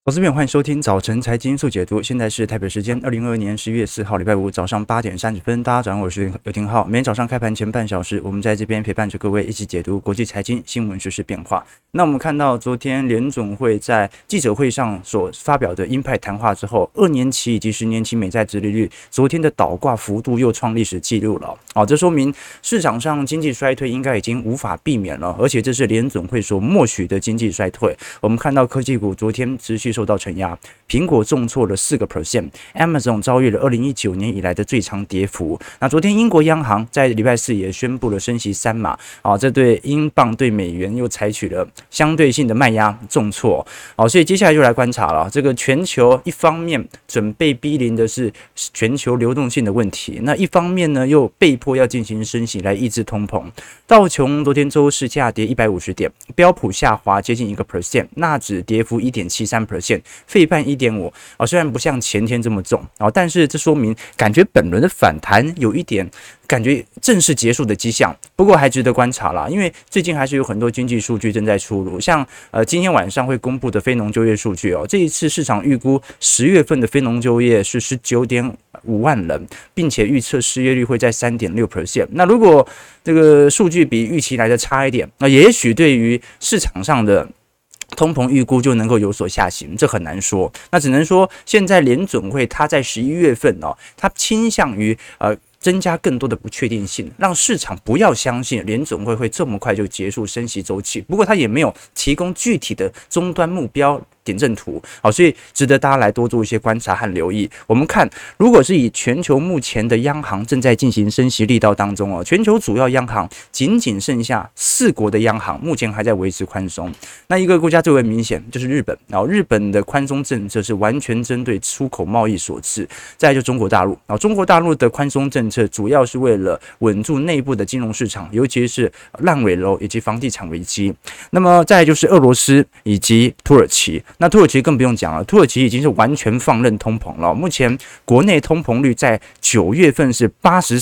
投资朋友，欢迎收听早晨财经速解读。现在是台北时间2022年11月4号，礼拜五早上8点30分。大家早上好，我是刘廷浩。每天早上开盘前半小时，我们在这边陪伴着各位一起解读国际财经新闻、时事变化。那我们看到昨天联总会在记者会上所发表的鹰派谈话之后，2年期以及10年期美债殖利率昨天的倒挂幅度又创历史纪录了。这说明市场上经济衰退应该已经无法避免了，而且这是联总会所默许的经济衰退。我们看到科技股昨天持续受到承压，苹果重挫了4%，Amazon 遭遇了2019年以来的最长跌幅。那昨天英国央行在礼拜四也宣布了升息3码，这对英镑对美元又采取了相对性的卖压，重挫。所以接下来就来观察了，这个全球一方面准备逼临的是全球流动性的问题，那一方面呢又被迫要进行升息来抑制通膨。道琼昨天周四下跌150点，标普下滑接近1%，纳指跌幅1.73%，费半1.5%。虽然不像前天这么重，但是这说明感觉本轮的反弹有一点感觉正式结束的迹象。不过还值得观察啦，因为最近还是有很多经济数据正在出炉，像今天晚上会公布的非农就业数据这一次市场预估10月份的非农就业是19.5万人，并且预测失业率会在3.6%。那如果这个数据比预期来的差一点，那也许对于市场上的通膨预估就能够有所下行，这很难说。那只能说现在联准会它在11月份它倾向于增加更多的不确定性，让市场不要相信联准会这么快就结束升息周期。不过它也没有提供具体的终端目标点阵图，所以值得大家来多做一些观察和留意。我们看，如果是以全球目前的央行正在进行升息力道当中全球主要央行仅剩下4国的央行目前还在维持宽松。那一个国家最为明显就是日本，日本的宽松政策是完全针对出口贸易所致。再来就中国大陆，中国大陆的宽松政策主要是为了稳住内部的金融市场，尤其是烂尾楼以及房地产危机。那么再来就是俄罗斯以及土耳其。那土耳其更不用讲了，土耳其已经是完全放任通膨了。目前国内通膨率在9月份是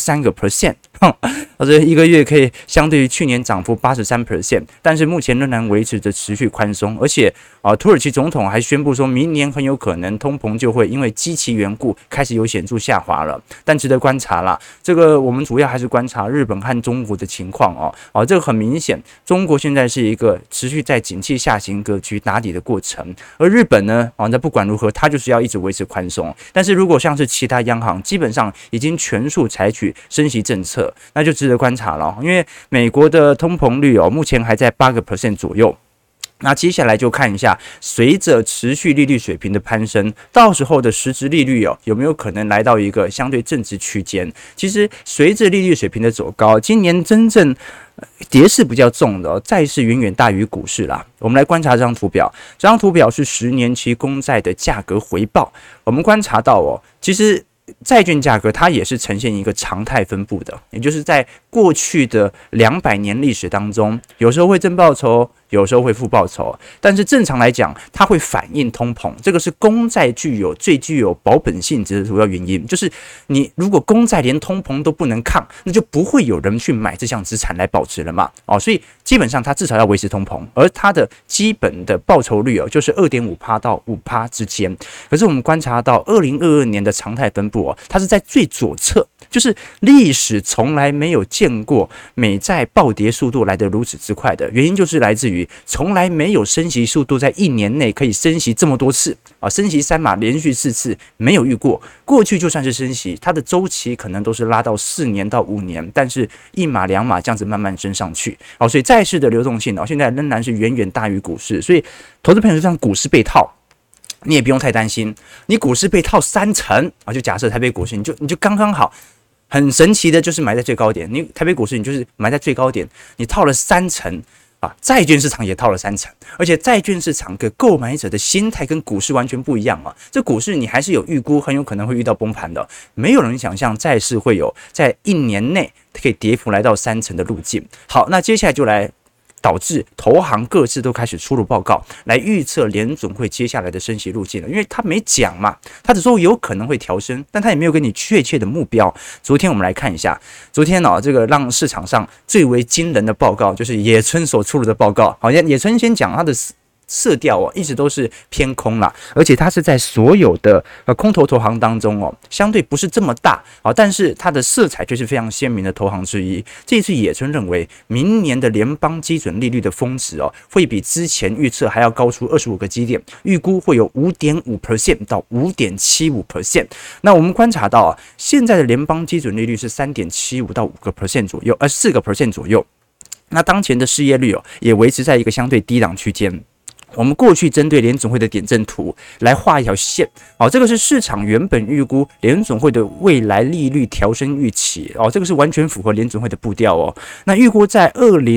83%，这一个月可以相对于去年涨幅83%，但是目前仍然维持着持续宽松，而且土耳其总统还宣布说明年很有可能通膨就会因为基期缘故开始有显著下滑了。但值得观察啦，这个我们主要还是观察日本和中国的情况这个很明显，中国现在是一个持续在景气下行格局打底的过程，而日本呢那不管如何它就是要一直维持宽松。但是如果像是其他央行基本上已经全数采取升息政策，那就值得观察了，因为美国的通膨率目前还在8% 左右。那接下来就看一下，随着持续利率水平的攀升，到时候的实质利率有没有可能来到一个相对正值区间？其实随着利率水平的走高，今年真正跌势比较重的债市远远大于股市啦。我们来观察这张图表，这张图表是10年期公债的价格回报。我们观察到其实债券价格它也是呈现一个常态分布的，也就是在过去的200年历史当中，有时候会正报酬，有时候会负报酬，但是正常来讲，它会反映通膨，这个是公债最具有保本性质的主要原因。就是你如果公债连通膨都不能抗，那就不会有人去买这项资产来保值了嘛。所以基本上它至少要维持通膨，而它的基本的报酬率就是 2.5% 到 5% 之间。可是我们观察到2022年的常态分布它是在最左侧，就是历史从来没有见过美债暴跌速度来得如此之快的原因，就是来自于从来没有升息速度在1年内可以升息这么多次升息3码连续4次没有遇过。过去就算是升息，它的周期可能都是拉到4年到5年，但是1码2码这样子慢慢升上去所以债市的流动性现在仍然是远远大于股市。所以投资朋友就像股市被套，你也不用太担心，你股市被套30%就假设台北股市你就刚刚好，很神奇的就是买在最高点，你台北股市你就是买在最高点，你套了30%债券市场也套了30%，而且债券市场的购买者的心态跟股市完全不一样这股市你还是有预估很有可能会遇到崩盘的，没有人想象债市会有在1年内可以跌幅来到30%的路径。好，那接下来就来导致投行各自都开始出炉报告来预测联准会接下来的升息路径了，因为他没讲嘛，他只说有可能会调升，但他也没有给你确切的目标。昨天我们来看一下，昨天这个让市场上最为惊人的报告就是野村所出炉的报告。好，野村先讲他的色调哦，一直都是偏空啦，而且它是在所有的空头投行当中哦，相对不是这么大啊，但是它的色彩却是非常鲜明的投行之一。这一次野村认为，明年的联邦基准利率的峰值哦，会比之前预测还要高出25个基点，预估会有 5.5% 到 5.75%。那我们观察到啊，现在的联邦基准利率是 3.75 到5% 左右，4% 左右。那当前的失业率哦，也维持在一个相对低档区间。我们过去针对联准会的点阵图来画一条线，这个是市场原本预估联准会的未来利率调升预期，这个是完全符合联准会的步调哦。那预估在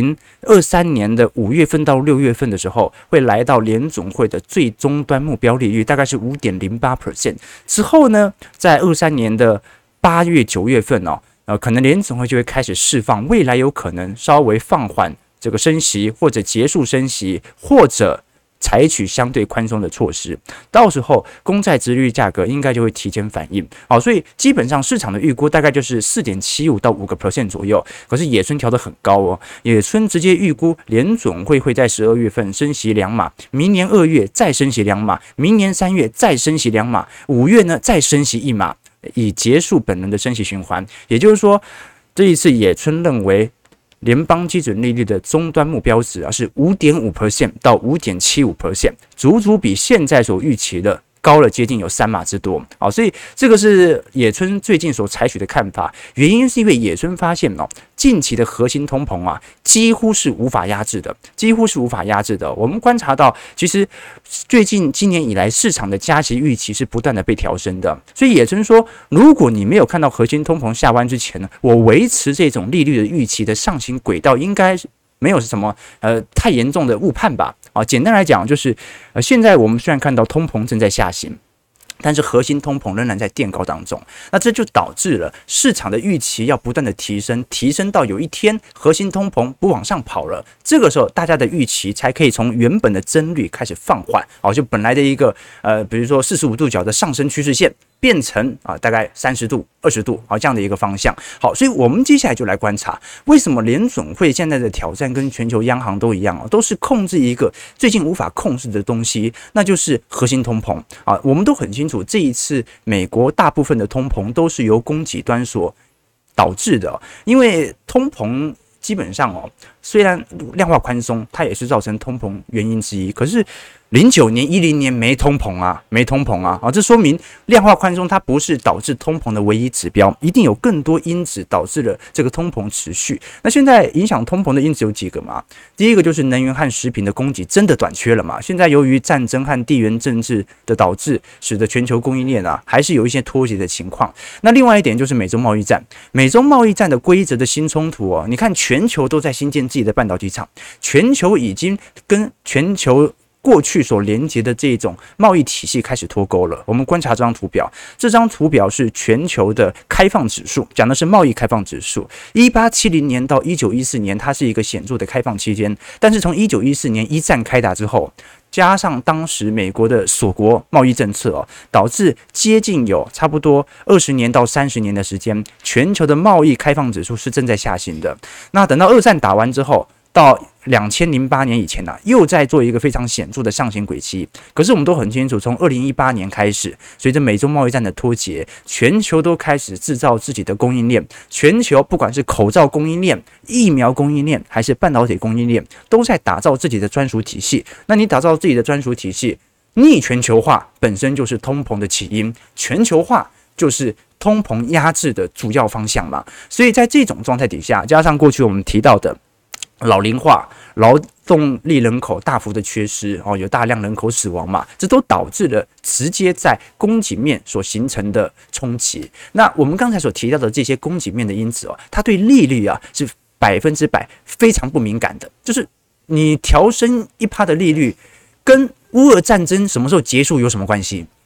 2023年的5月份到6月份的时候，会来到联准会的最终端目标利率，大概是 5.08%。之后呢，在23年的8月、9月份可能联准会就会开始释放，未来有可能稍微放缓这个升息，或者结束升息，或者采取相对宽松的措施，到时候公债殖利率价格应该就会提前反应。所以基本上市场的预估大概就是 4.75 到 5% 左右。可是野村调得很高哦，野村直接预估联准会在12月份升息2码，明年2月再升息2码，明年3月再升息2码，5月呢再升息1码，以结束本轮的升息循环。也就是说，这一次野村认为联邦基准利率的终端目标值是 5.5% 到 5.75%， 足足比现在所预期的高了接近有3码之多。所以这个是野村最近所采取的看法，原因是因为野村发现近期的核心通膨几乎是无法压制的，我们观察到，其实最近今年以来市场的加息预期是不断的被调升的，所以野村说，如果你没有看到核心通膨下弯之前呢，我维持这种利率的预期的上行轨道应该没有什么太严重的误判吧。简单来讲就是现在我们虽然看到通膨正在下行，但是核心通膨仍然在垫高当中，那这就导致了市场的预期要不断的提升到有一天核心通膨不往上跑了，这个时候大家的预期才可以从原本的增率开始放缓，就本来的一个比如说45度角的上升趋势线，变成大概30度、20度这样的一个方向。好，所以我们接下来就来观察，为什么联准会现在的挑战跟全球央行都一样，都是控制一个最近无法控制的东西，那就是核心通膨。我们都很清楚，这一次美国大部分的通膨都是由供给端所导致的，因为通膨基本上虽然量化宽松它也是造成通膨原因之一，可是09年、10年没通膨啊，这说明量化宽松它不是导致通膨的唯一指标，一定有更多因子导致了这个通膨持续。那现在影响通膨的因子有几个嘛？第一个就是能源和食品的供给真的短缺了嘛？现在由于战争和地缘政治的导致，使得全球供应链还是有一些脱节的情况。那另外一点就是美中贸易战的规则的新冲突你看全球都在新建自己的半导体厂，全球已经跟全球过去所连接的这种贸易体系开始脱钩了。我们观察这张图表，是全球的开放指数，讲的是贸易开放指数。1870年到1914年，它是一个显著的开放期间，但是从1914年一战开打之后，加上当时美国的锁国贸易政策导致接近有差不多20年到30年的时间，全球的贸易开放指数是正在下行的。那等到二战打完之后，到2008年以前又在做一个非常显著的上行轨迹。可是我们都很清楚，从2018年开始，随着美中贸易战的脱节，全球都开始制造自己的供应链，全球不管是口罩供应链、疫苗供应链还是半导体供应链，都在打造自己的专属体系。那你打造自己的专属体系，逆全球化本身就是通膨的起因，全球化就是通膨压制的主要方向嘛。所以在这种状态底下，加上过去我们提到的老龄化、劳动力人口大幅的缺失有大量人口死亡嘛，这都导致了直接在供给面所形成的冲击。那我们刚才所提到的这些供给面的因子它对利率是100%非常不敏感的，就是你调升1%的利率，跟乌俄战争什么时候结束有什么关系？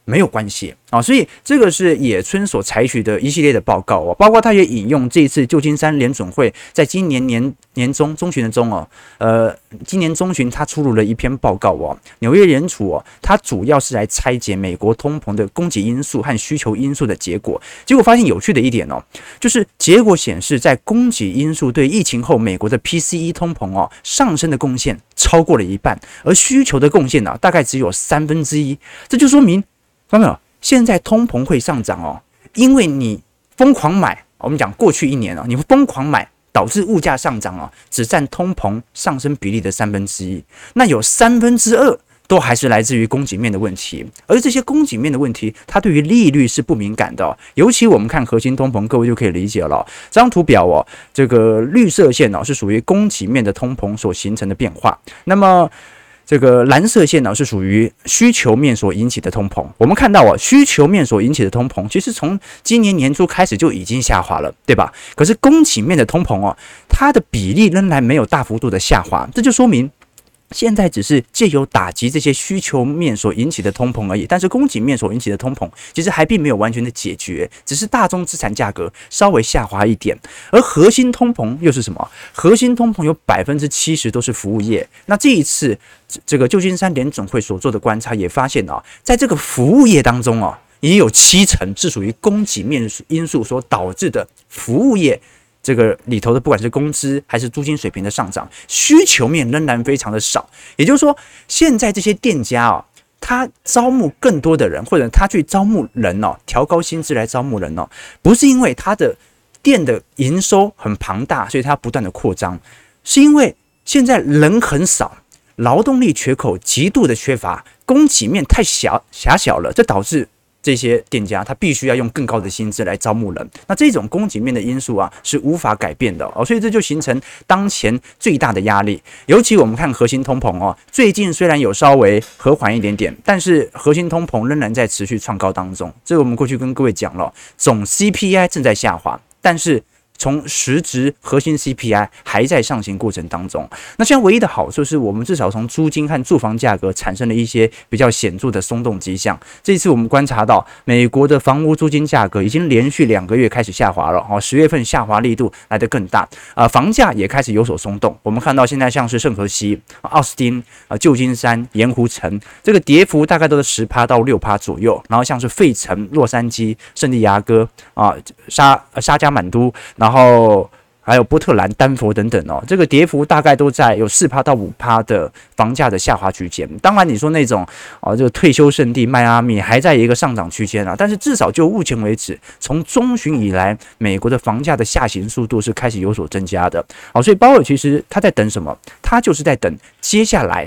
没有关系啊，所以这个是野村所采取的一系列的报告哦，包括他也引用这一次旧金山联准会在今年年中旬的中今年中旬他出炉了一篇报告哦，纽约联储哦，它主要是来拆解美国通膨的供给因素和需求因素的结果发现有趣的一点哦，就是结果显示在供给因素对疫情后美国的 PCE 通膨哦上升的贡献超过了一半，而需求的贡献呢大概只有1/3，这就说明。看到没有？现在通膨会上涨哦，因为你疯狂买，我们讲过去一年哦，你疯狂买导致物价上涨哦，只占通膨上升比例的1/3，那有2/3都还是来自于供给面的问题，而这些供给面的问题，它对于利率是不敏感的哦，尤其我们看核心通膨，各位就可以理解了哦。这张图表哦，这个绿色线哦是属于供给面的通膨所形成的变化，那么。这个蓝色线呢是属于需求面所引起的通膨。我们看到需求面所引起的通膨，其实从今年年初开始就已经下滑了，对吧？可是供给面的通膨它的比例仍然没有大幅度的下滑，这就说明。现在只是借由打击这些需求面所引起的通膨而已，但是供给面所引起的通膨其实还并没有完全的解决，只是大宗资产价格稍微下滑一点。而核心通膨又是什么？核心通膨有70%都是服务业。那这一次这个旧金山联准会所做的观察也发现在这个服务业当中也有70%是属于供给面因素所导致的服务业。这个里头的不管是工资还是租金水平的上涨，需求面仍然非常的少。也就是说，现在这些店家他招募更多的人，或者他去招募人调高薪资来招募人不是因为他的店的营收很庞大，所以他不断的扩张，是因为现在人很少，劳动力缺口极度的缺乏，供给面太狭小了，这导致。这些店家他必须要用更高的薪资来招募人，那这种供给面的因素是无法改变的所以这就形成当前最大的压力。尤其我们看核心通膨最近虽然有稍微和缓一点点，但是核心通膨仍然在持续创高当中。这个我们过去跟各位讲了，总 CPI 正在下滑，但是。从实质核心 CPI 还在上行过程当中，那现在唯一的好处是我们至少从租金和住房价格产生了一些比较显著的松动迹象。这一次我们观察到，美国的房屋租金价格已经连续2个月开始下滑了，10月份下滑力度来得更大，房价也开始有所松动。我们看到现在像是圣荷西、奥斯汀、旧金山、盐湖城，这个跌幅大概都是10%到6%左右。然后像是费城、洛杉矶、圣地亚哥沙加满都，然后还有波特兰、丹佛等等这个跌幅大概都在有4%到5%的房价的下滑区间。当然，你说那种这个退休圣地迈阿密还在一个上涨区间但是至少就目前为止，从中旬以来，美国的房价的下行速度是开始有所增加的所以鲍尔其实他在等什么？他就是在等接下来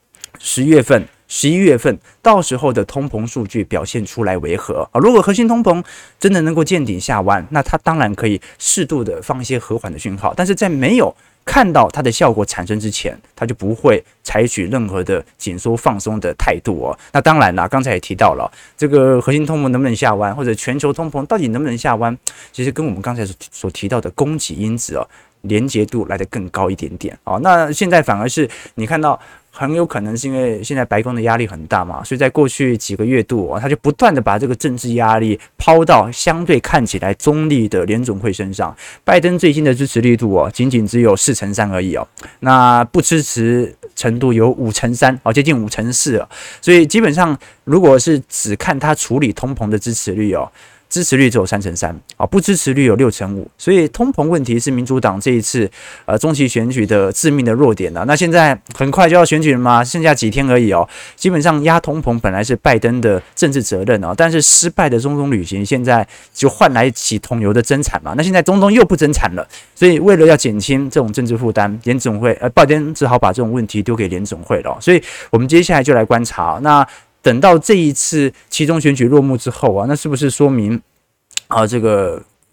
10月份。11月份到时候的通膨数据表现出来为何如果核心通膨真的能够见顶下弯，那它当然可以适度的放一些和缓的讯号，但是在没有看到它的效果产生之前，它就不会采取任何的紧缩放松的态度那当然啦，刚才也提到了这个核心通膨能不能下弯，或者全球通膨到底能不能下弯，其实跟我们刚才所提到的供给因子连结度来得更高一点点那现在反而是你看到。很有可能是因为现在白宫的压力很大嘛，所以在过去几个月度他就不断的把这个政治压力抛到相对看起来中立的联准会身上。拜登最近的支持力度仅仅只有4%而已那不支持程度有5%接近5%了。所以基本上如果是只看他处理通膨的支持率支持率只有3%不支持率有6%，所以通膨问题是民主党这一次中期选举的致命的弱点那现在很快就要选举了嘛，剩下几天而已基本上压通膨本来是拜登的政治责任但是失败的中东旅行现在就换来起桶油的增产嘛，那现在中东又不增产了，所以为了要减轻这种政治负担，联准会拜登只好把这种问题丢给联准会了所以我们接下来就来观察那。等到这一次期中选举落幕之后那是不是说明这个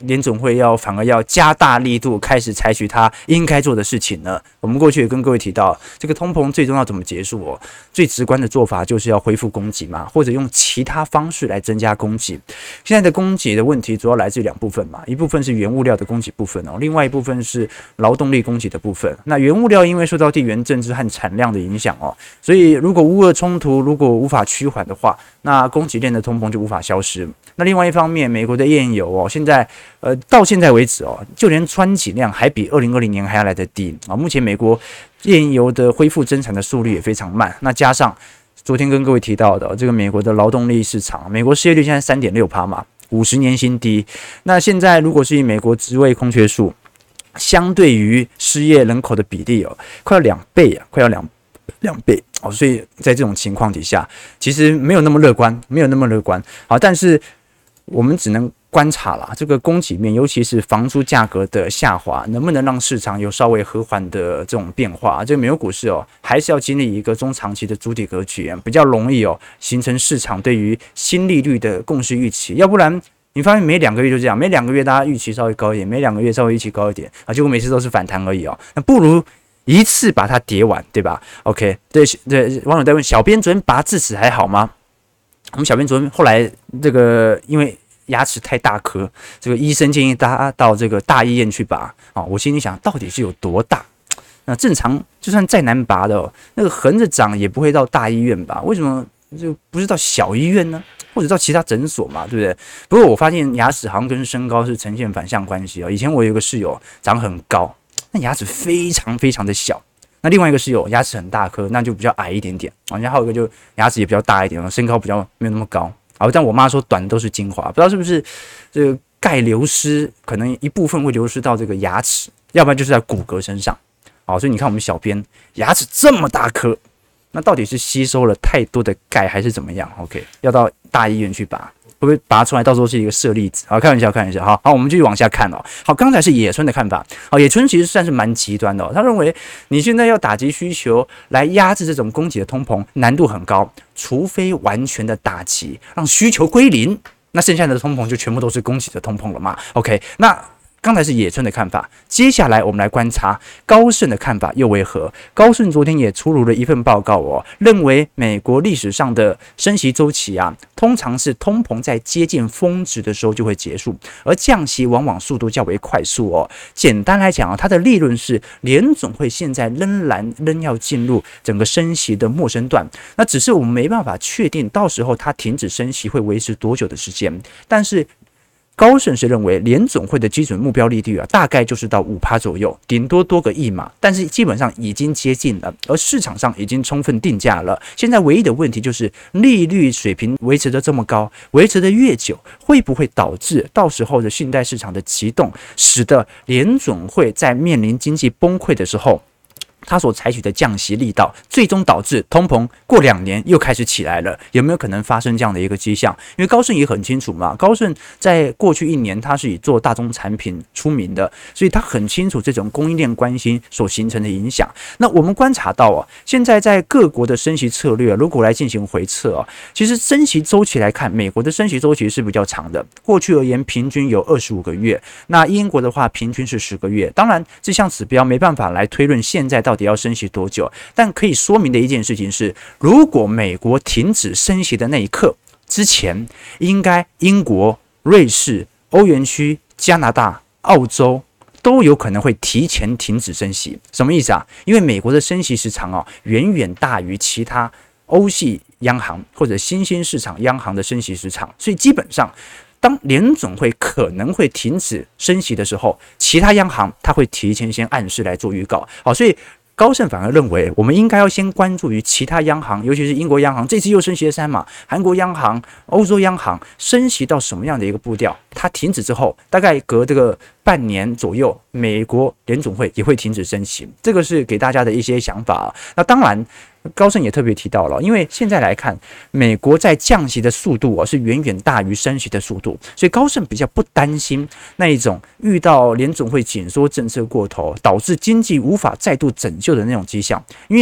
联总会反而要加大力度，开始采取它应该做的事情呢？我们过去也跟各位提到，这个通膨最终要怎么结束哦？最直观的做法就是要恢复供给嘛，或者用其他方式来增加供给。现在的供给的问题主要来自于两部分嘛，一部分是原物料的供给部分哦，另外一部分是劳动力供给的部分。那原物料因为受到地缘政治和产量的影响哦，所以如果乌俄冲突如果无法趋缓的话，那供给链的通膨就无法消失。那另外一方面，美国的页岩油哦，到现在为止哦，就连穿井量还比2020年还要来得低啊。目前美国页岩油的恢复增产的速率也非常慢。那加上昨天跟各位提到的这个美国的劳动力市场，美国失业率现在 3.6% 嘛，50年新低。那现在如果是以美国职位空缺数相对于失业人口的比例哦，快要2倍啊，快要两倍哦，所以在这种情况底下，其实没有那么乐观，好，但是我们只能观察啦，这个供给面，尤其是房租价格的下滑，能不能让市场有稍微和缓的这种变化？这个美国股市哦，还是要经历一个中长期的主体格局，比较容易哦形成市场对于新利率的共识预期，要不然。你发现每2个月就这样，每2个月大家预期稍微高一点，每2个月稍微预期高一点啊，结果每次都是反弹而已哦。那不如一次把它跌完，对吧 ？OK， 对，网友在问小编昨天拔智齿还好吗？我们小编昨天后来这个因为牙齿太大颗，这个医生建议大家到这个大医院去拔啊。我心里想，到底是有多大？那正常就算再难拔的哦，那个横着长也不会到大医院吧？为什么就不是到小医院呢？或者到其他诊所嘛，对不对？不过我发现牙齿好像跟身高是呈现反向关系哦。以前我有一个室友长很高，那牙齿非常非常的小；那另外一个室友牙齿很大颗，那就比较矮一点点。然后还有一个就牙齿也比较大一点，身高比较没有那么高。好，但我妈说短都是精华，不知道是不是这个钙流失，可能一部分会流失到这个牙齿，要不然就是在骨骼身上。好，所以你看我们小编牙齿这么大颗。那到底是吸收了太多的钙还是怎么样 ？OK， 要到大医院去拔，会不会拔出来？到时候是一个舍利子。好，开玩笑。好，我们继续往下看哦。好，刚才是野村的看法。好，野村其实算是蛮极端的哦。他认为你现在要打击需求来压制这种供给的通膨，难度很高，除非完全的打击，让需求归零，那剩下的通膨就全部都是供给的通膨了嘛 ？OK， 那。刚才是野村的看法，接下来我们来观察高盛的看法又为何？高盛昨天也出炉了一份报告哦，认为美国历史上的升息周期啊，通常是通膨在接近峰值的时候就会结束，而降息往往速度较为快速哦。简单来讲啊，它的立论是联总会现在仍要进入整个升息的末升段，那只是我们没办法确定到时候它停止升息会维持多久的时间，但是。高盛是认为联总会的基准目标利率啊，大概就是到 5% 左右，顶多多个1码，但是基本上已经接近了，而市场上已经充分定价了。现在唯一的问题就是利率水平维持得这么高，维持得越久，会不会导致到时候的信贷市场的启动，使得联总会在面临经济崩溃的时候。他所采取的降息力道，最终导致通膨过2年又开始起来了，有没有可能发生这样的一个迹象？因为高盛也很清楚嘛，高盛在过去1年他是以做大宗产品出名的，所以他很清楚这种供应链关系所形成的影响。那我们观察到啊，现在在各国的升息策略，如果来进行回测啊，其实升息周期来看，美国的升息周期是比较长的，过去而言平均有25个月，那英国的话平均是10个月。当然，这项指标没办法来推论现在到底要升息多久，但可以说明的一件事情是，如果美国停止升息的那一刻之前，应该英国、瑞士、欧元区、加拿大、澳洲都有可能会提前停止升息。什么意思啊？因为美国的升息时长啊，远远大于其他欧系央行或者新兴市场央行的升息时长，所以基本上。当联总会可能会停止升息的时候，其他央行它会提前先暗示来做预告。好，所以高盛反而认为，我们应该要先关注于其他央行，尤其是英国央行，这次又升息了3码，韩国央行、欧洲央行升息到什么样的一个步调？它停止之后，大概隔这个半年左右，美国联总会也会停止升息。这个是给大家的一些想法。那当然。高盛也特别提到了，因为现在来看，美国在降息的速度是远远大于升息的速度，所以高盛比较不担心那一种遇到联总会紧缩政策过头，导致经济无法再度拯救的那种迹象，因为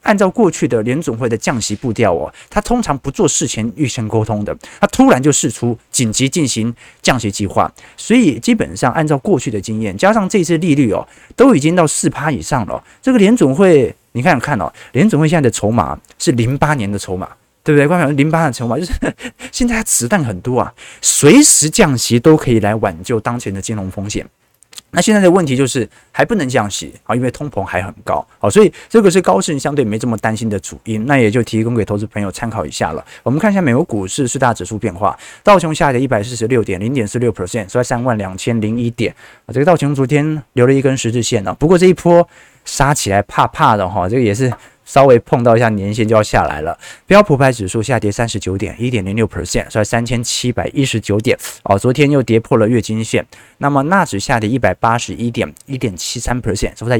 按照过去的联准会的降息步调哦，它通常不做事前预先沟通的，它突然就释出紧急进行降息计划，所以基本上按照过去的经验，加上这次利率哦都已经到4%以上了，这个联准会你看看哦，联准会现在的筹码是08年的筹码。对不对？关于08的筹码，就是现在它子弹很多啊，随时降息都可以来挽救当前的金融风险。那现在的问题就是还不能降息啊，因为通膨还很高，好，所以这个是高盛相对没这么担心的主因，那也就提供给投资朋友参考一下了。我们看一下美国股市4大指数变化，道琼下跌146点，0.46%，收在32001点。这个道琼昨天留了一根十字线了，不过这一波杀起来怕怕的哈，这个也是稍微碰到一下年线就要下来了。标普500指数下跌39点，1.06%，收在3719点。昨天又跌破了月均线。那么纳指下跌181点，1.73%，收在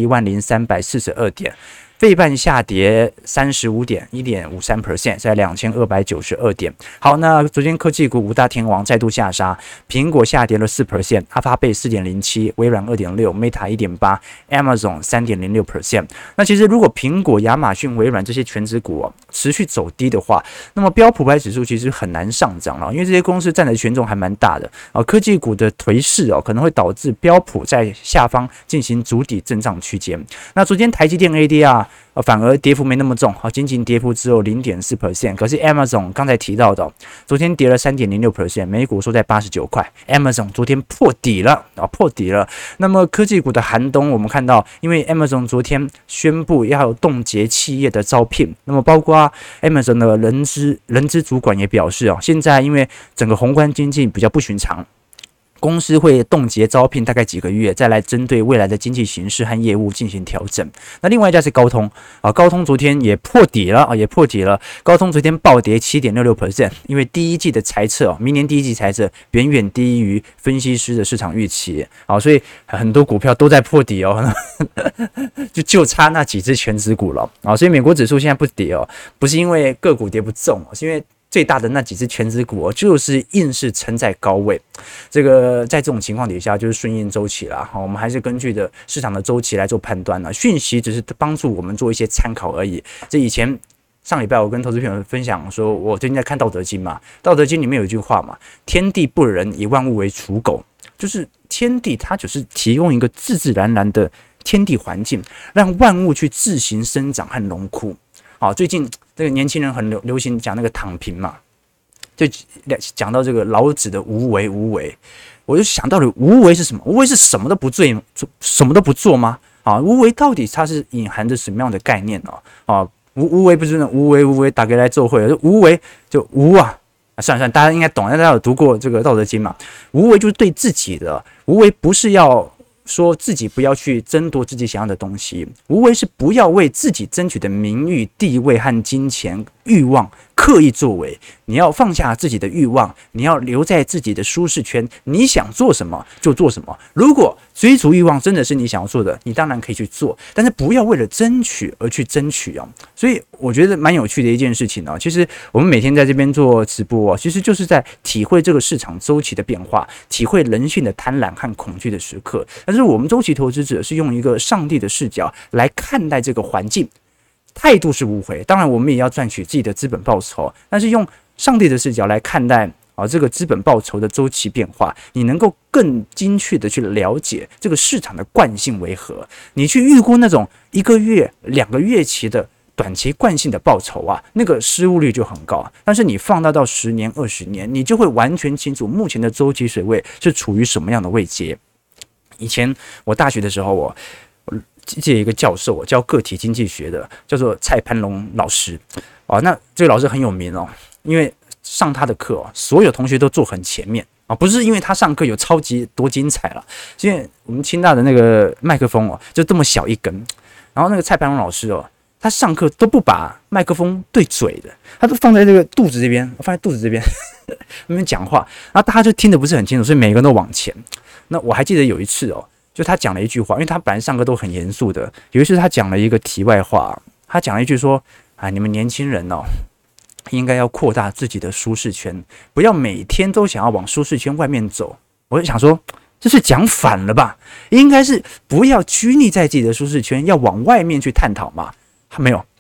10342点。费半下跌35点，1.53%，在2292点。好，那昨天科技股5大天王再度下杀，苹果下跌了4%，阿发贝4.07%，微软2.6%，Meta 1.8%，Amazon 3.06%。那其实如果苹果、亚马逊、微软这些全指股持续走低的话，那么标普500指数其实很难上涨了，因为这些公司占的权重还蛮大的科技股的颓势可能会导致标普在下方进行筑底震荡区间。那昨天台积电 ADR反而跌幅没那么重，仅仅跌幅只有 0.4%。可是 Amazon 刚才提到的，昨天跌了 3.06%， 每股收在89块。Amazon 昨天破底了破底了。那么科技股的寒冬，我们看到，因为 Amazon 昨天宣布要冻结企业的招聘，那么包括 Amazon 的人资主管也表示现在因为整个宏观经济比较不寻常，公司会冻结招聘大概几个月，再来针对未来的经济形势和业务进行调整。那另外一家是高通高通昨天也破底了高通昨天暴跌 7.66%， 因为第一季的财测明年第一季财测远远低于分析师的市场预期所以很多股票都在破底就差那几只全指股了所以美国指数现在不跌不是因为个股跌不重是因为最大的那几只全指股就是硬是撑在高位，这个在这种情况底下就是顺应周期啦。我们还是根据的市场的周期来做判断啦。讯息只是帮助我们做一些参考而已。这以前上礼拜我跟投资朋友分享说，我最近在看《道德经》嘛，《道德经》里面有一句话嘛，天地不仁，以万物为刍狗，就是天地它就是提供一个自自然然的天地环境，让万物去自行生长和荣枯。最近这个年轻人很流行讲那个躺平嘛，就讲到这个老子的无为，我就想到了无为是什么？无为是什么都不做，什么都不做吗？无为到底它是隐含着什么样的概念无为不是无为打给来奏会，无为就无算了，大家应该懂，大家有读过这个《道德经》嘛？无为就是对自己的，无为不是要说自己不要去争夺自己想要的东西，无为是不要为自己争取的名誉、地位和金钱欲望刻意作为，你要放下自己的欲望，你要留在自己的舒适圈，你想做什么就做什么。如果追逐欲望真的是你想要做的，你当然可以去做，但是不要为了争取而去争取所以我觉得蛮有趣的一件事情其实我们每天在这边做直播其实就是在体会这个市场周期的变化，体会人性的贪婪和恐惧的时刻。但是我们周期投资者是用一个上帝的视角来看待这个环境，态度是无悔，当然我们也要赚取自己的资本报酬，但是用上帝的视角来看待这个资本报酬的周期变化，你能够更精确的去了解这个市场的惯性为何，你去预估那种1个月、2个月期的短期惯性的报酬那个失误率就很高但是你放大到10年、20年，你就会完全清楚目前的周期水位是处于什么样的位阶。以前我大学的时候我记得一个教授教个体经济学的，叫做蔡潘龙老师那这个老师很有名因为上他的课所有同学都坐很前面不是因为他上课有超级多精彩了，因为我们清大的那个麦克风就这么小一根，然后那个蔡潘龙老师他上课都不把麦克风对嘴的，他都放在这个肚子这边，那边讲话，然后大家就听得不是很清楚，所以每个人都往前。那我还记得有一次就他讲了一句话，因为他本来上课都很严肃的，有一次他讲了一个题外话，他讲了一句说你们年轻人应该要扩大自己的舒适圈，不要每天都想要往舒适圈外面走。我就想说这是讲反了吧，应该是不要拘泥在自己的舒适圈，要往外面去探讨嘛。他没有，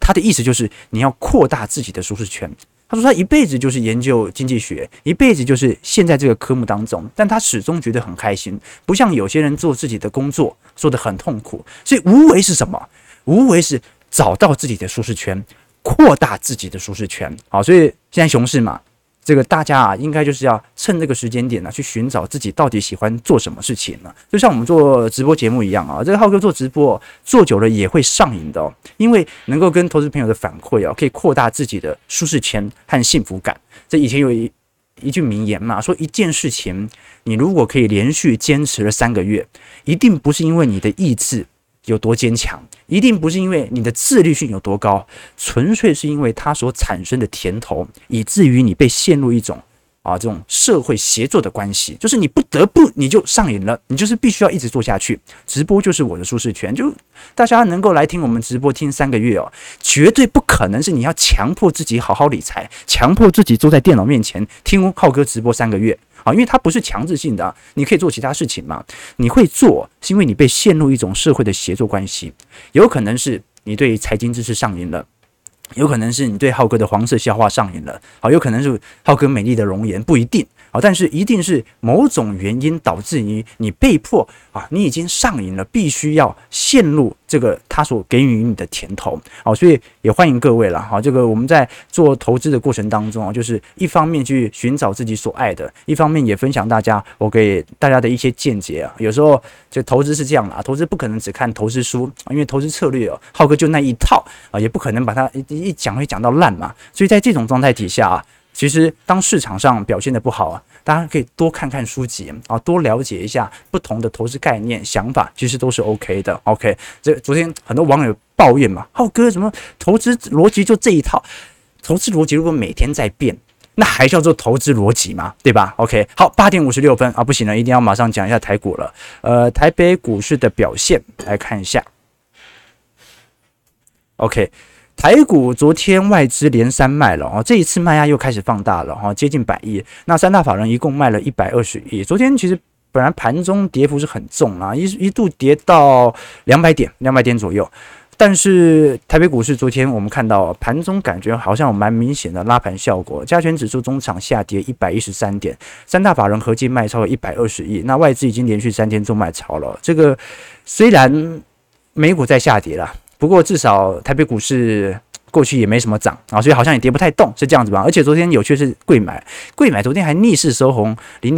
他的意思就是你要扩大自己的舒适圈。他说他一辈子就是研究经济学，一辈子就是陷在这个科目当中，但他始终觉得很开心，不像有些人做自己的工作做得很痛苦。所以无为是什么？无为是找到自己的舒适圈，扩大自己的舒适圈。好，所以现在熊市嘛，这个大家应该就是要趁这个时间点去寻找自己到底喜欢做什么事情呢？就像我们做直播节目一样这个浩哥做直播做久了也会上瘾的因为能够跟投资朋友的反馈可以扩大自己的舒适圈和幸福感。这以前有一句名言嘛，说一件事情你如果可以连续坚持了3个月，一定不是因为你的意志有多坚强，一定不是因为你的自律性有多高，纯粹是因为它所产生的甜头，以至于你被陷入一种这种社会协作的关系，就是你不得不你就上瘾了，你就是必须要一直做下去。直播就是我的舒适圈，就大家能够来听我们直播听3个月绝对不可能是你要强迫自己好好理财，强迫自己坐在电脑面前听浩哥直播3个月。因为它不是强制性的你可以做其他事情嘛。你会做是因为你被陷入一种社会的协作关系，有可能是你对财经知识上瘾了，有可能是你对浩哥的黄色笑话上瘾了，有可能是浩哥美丽的容颜，不一定但是一定是某种原因导致于你被迫你已经上瘾了，必须要陷入这个他所给予你的甜头所以也欢迎各位啦这个我们在做投资的过程当中就是一方面去寻找自己所爱的，一方面也分享我给大家的一些见解有时候这投资是这样啦，投资不可能只看投资书，因为投资策略浩哥就那一套也不可能把它一讲会讲到烂嘛。所以在这种状态底下其实当市场上表现的不好大家可以多看看书籍多了解一下不同的投资概念想法，其实都是 OK 的。OK， 这昨天很多网友抱怨嘛，浩哥什么投资逻辑就这一套，投资逻辑如果每天在变，那还叫做投资逻辑吗？对吧 ？OK， 好，8点56分不行了，一定要马上讲一下台股了。台北股市的表现来看一下。OK。台股昨天外资连3卖了这一次卖压又开始放大了接近100亿。那三大法人一共卖了120亿。昨天其实本来盘中跌幅是很重一度跌到200点左右。但是台北股市昨天我们看到盘中感觉好像有蛮明显的拉盘效果，加权指数中场下跌113点，三大法人合计卖超了120亿。那外资已经连续3天做卖超了。这个虽然美股在下跌了，不过至少台北股市过去也没什么涨所以好像也跌不太动，是这样子吧？而且昨天有趣是贵买昨天还逆势收红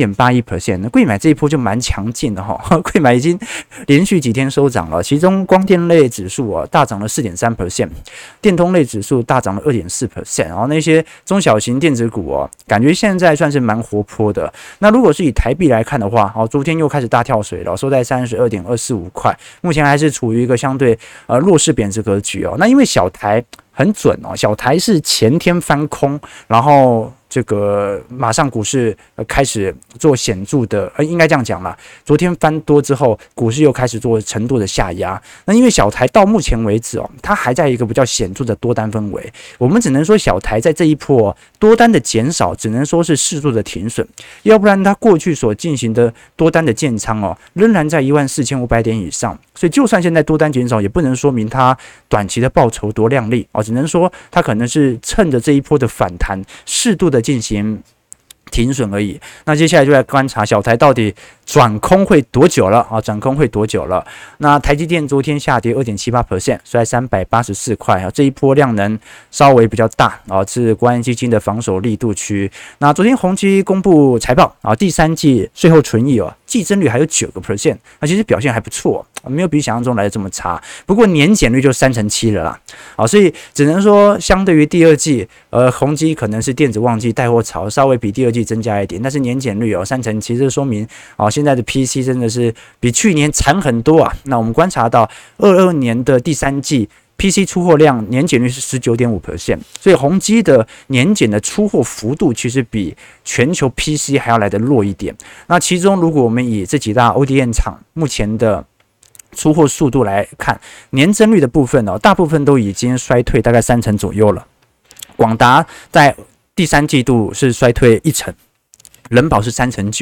0.81%， 贵买这一波就蛮强劲的贵买已经连续几天收涨了，其中光电类指数大涨了 4.3%， 电通类指数大涨了 2.4%， 然后那些中小型电子股感觉现在算是蛮活泼的。那如果是以台币来看的话昨天又开始大跳水了，收在 32.245 块，目前还是处于一个相对弱势贬值格局那因为小台很准小台是前天翻空，然后这个马上股市开始做显著的应该这样讲啦，昨天翻多之后，股市又开始做程度的下压。那因为小台到目前为止它还在一个比较显著的多单氛围，我们只能说小台在这一波多单的减少，只能说是适度的停损，要不然它过去所进行的多单的建仓仍然在14500点以上，所以就算现在多单减少，也不能说明它短期的报酬多亮丽只能说它可能是趁着这一波的反弹，适度的进行停损而已。那接下来就来观察小台到底转空会多久了转空会多久了？那台积电昨天下跌 2.78%， 收在384块这一波量能稍微比较大是国安基金的防守力度区。那昨天宏基公布财报第三季税后纯益季增率还有 9%， 其实表现还不错，没有比想象中来的这么差。不过年减率就37%了啦所以只能说相对于第二季宏基可能是电子旺季带货潮稍微比第二季增加一点，但是年减率37%，其实说明现在的 PC 真的是比去年惨很多那我们观察到22年的第三季PC 出货量年减率是 19.5%， 所以宏基的年减的出货幅度其实比全球 PC 还要来得弱一点。那其中如果我们以这几大 ODM 厂目前的出货速度来看，年增率的部分大部分都已经衰退大概3成左右了。广达在第三季度是衰退1成，人保是3.9%，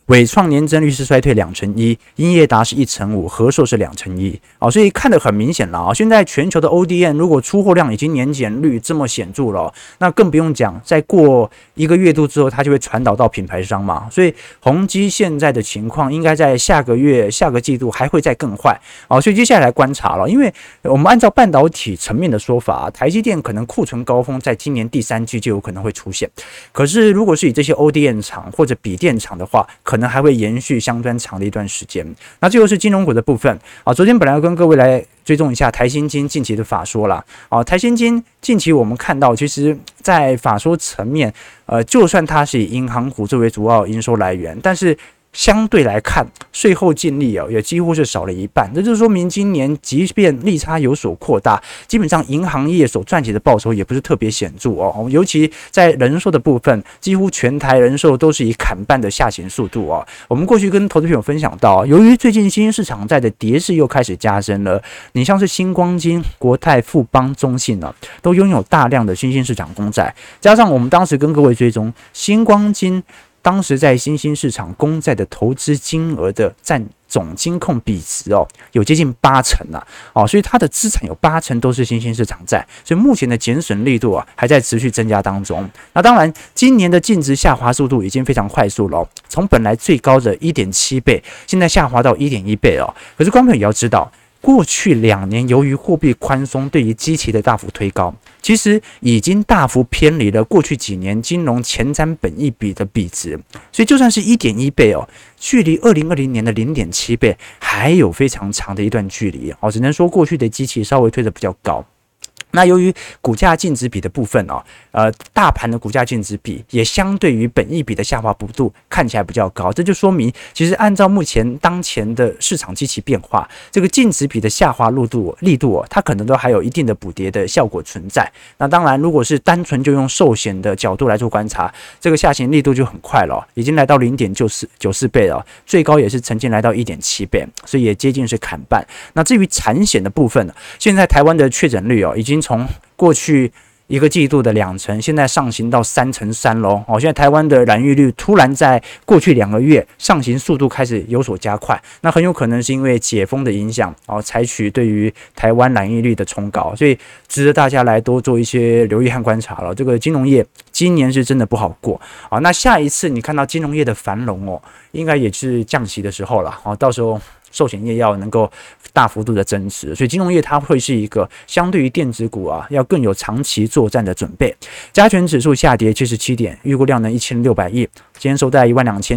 伟创年增率是衰退2%，英业达是1%，和硕是2%，所以看得很明显了啊。现在全球的 ODM 如果出货量已经年减率这么显著了，那更不用讲，再过1个月度之后，它就会传导到品牌商嘛。所以宏基现在的情况应该在下个月、下个季度还会再更坏啊。所以接下来观察了，因为我们按照半导体层面的说法，台积电可能库存高峰在今年第3季就有可能会出现。可是如果是以这些 ODM 厂或者笔电厂的话，可能还会延续相当长的一段时间。那最后是金融股的部分啊，昨天本来要跟各位来追踪一下台新金近期的法说啦。台新金近期我们看到，其实在法说层面，就算它是以银行股作为主要营收来源，但是相对来看，税后净利也几乎是少了一半。这就说明今年即便利差有所扩大，基本上银行业所赚取的报酬也不是特别显著哦。尤其在人寿的部分，几乎全台人寿都是以砍半的下行速度哦。我们过去跟投资朋友分享到，由于最近新兴市场债的跌势又开始加深了，你像是新光金、国泰、富邦、中信呢，都拥有大量的新兴市场公债，加上我们当时跟各位追踪新光金。当时在新兴市场公债的投资金额的占总金控比值有接近80%所以它的资产有80%都是新兴市场债，所以目前的减损力度还在持续增加当中。那当然，今年的净值下滑速度已经非常快速了从本来最高的 1.7 倍，现在下滑到 1.1 倍了。可是观众朋友也要知道，过去2年由于货币宽松对于基期的大幅推高，其实已经大幅偏离了过去几年金融前瞻本益比的比值，所以就算是 1.1 倍距离2020年的 0.7 倍还有非常长的一段距离只能说过去的基期稍微推得比较高。那由于股价净值比的部分大盘的股价净值比也相对于本益比的下滑幅度看起来比较高，这就说明其实按照目前当前的市场基期变化，这个净值比的下滑力度它可能都还有一定的补跌的效果存在。那当然，如果是单纯就用寿险的角度来做观察，这个下行力度就很快了已经来到 0.94 倍了，最高也是曾经来到 1.7 倍，所以也接近是砍半。那至于产险的部分现在台湾的确诊率已经从过去1个季度的2%，现在上行到3%咯现在台湾的染疫率突然在过去2个月上行速度开始有所加快，那很有可能是因为解封的影响采取对于台湾染疫率的冲高，所以值得大家来多做一些留意和观察了。这个金融业今年是真的不好过那下一次你看到金融业的繁荣应该也是降息的时候了到时候寿险业要能够大幅度的增持，所以金融业它会是一个相对于电子股要更有长期作战的准备。加权指数下跌77点，预估量能1600亿，今天收在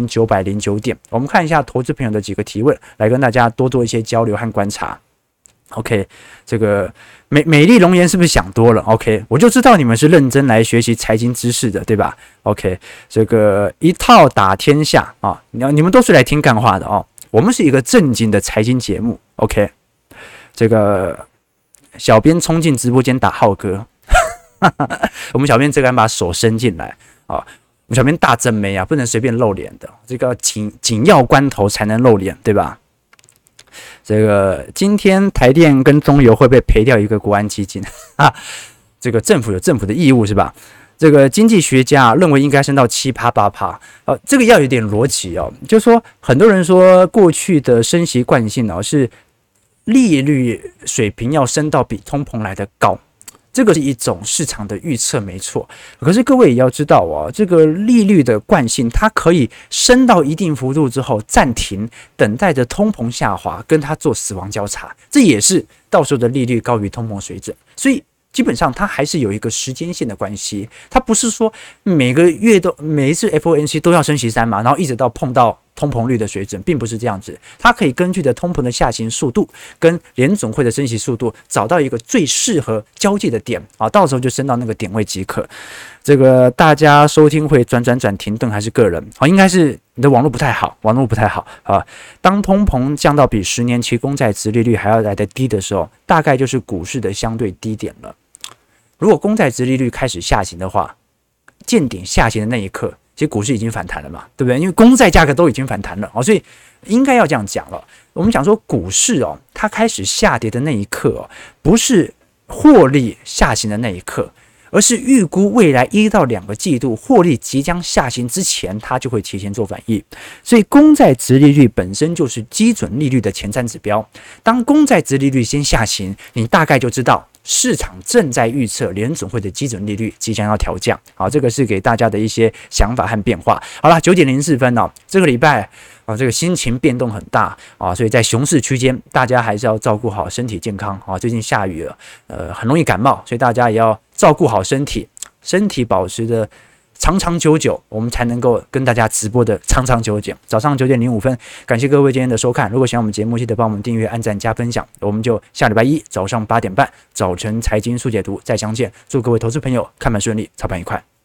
12909点。我们看一下投资朋友的几个提问，来跟大家多做一些交流和观察。OK， 这个美丽容颜是不是想多了 ？OK， 我就知道你们是认真来学习财经知识的，对吧 ？OK， 这个一套打天下你们都是来听干话的我们是一个正经的财经节目 ，OK。这个小编冲进直播间打浩哥，我们小编这个人把手伸进来我们小编大正妹不能随便露脸的，这个紧要关头才能露脸，对吧？这个今天台电跟中油会被赔掉一个国安基金这个政府有政府的义务是吧？这个经济学家认为应该升到7%、8%，这个要有点逻辑就是说很多人说过去的升息惯性是利率水平要升到比通膨来的高，这个是一种市场的预测没错。可是各位也要知道这个利率的惯性它可以升到一定幅度之后暂停，等待着通膨下滑，跟它做死亡交叉，这也是到时候的利率高于通膨水准，所以基本上它还是有一个时间线的关系，它不是说每个月每一次 FOMC 都要升息3嘛，然后一直到碰到通膨率的水准，并不是这样子。它可以根据的通膨的下行速度跟联总会的升息速度，找到一个最适合交界的点到时候就升到那个点位即可。这个大家收听会转停顿还是个人应该是你的网络不太好当通膨降到比10年期公债殖利率还要来得低的时候，大概就是股市的相对低点了。如果公债殖利率开始下行的话，见顶下行的那一刻，其实股市已经反弹了嘛，对不对？因为公债价格都已经反弹了所以应该要这样讲了。我们讲说股市它开始下跌的那一刻不是获利下行的那一刻， 而是预估未来1到2个季度获利即将下行之前，它就会提前做反应。所以公债殖利率本身就是基准利率的前瞻指标。当公债殖利率先下行，你大概就知道市场正在预测联准会的基准利率即将要调降。好，这个是给大家的一些想法和变化。好了，9:04哦，这个礼拜这个心情变动很大所以在熊市区间，大家还是要照顾好身体健康最近下雨了，很容易感冒，所以大家也要照顾好身体，保持的长长久久，我们才能够跟大家直播的长长久久。早上9:05，感谢各位今天的收看。如果喜欢我们节目，记得帮我们订阅、按赞、加分享。我们就下礼拜一早上8点半，早晨财经速解读再相见。祝各位投资朋友看盘顺利，操盘愉快。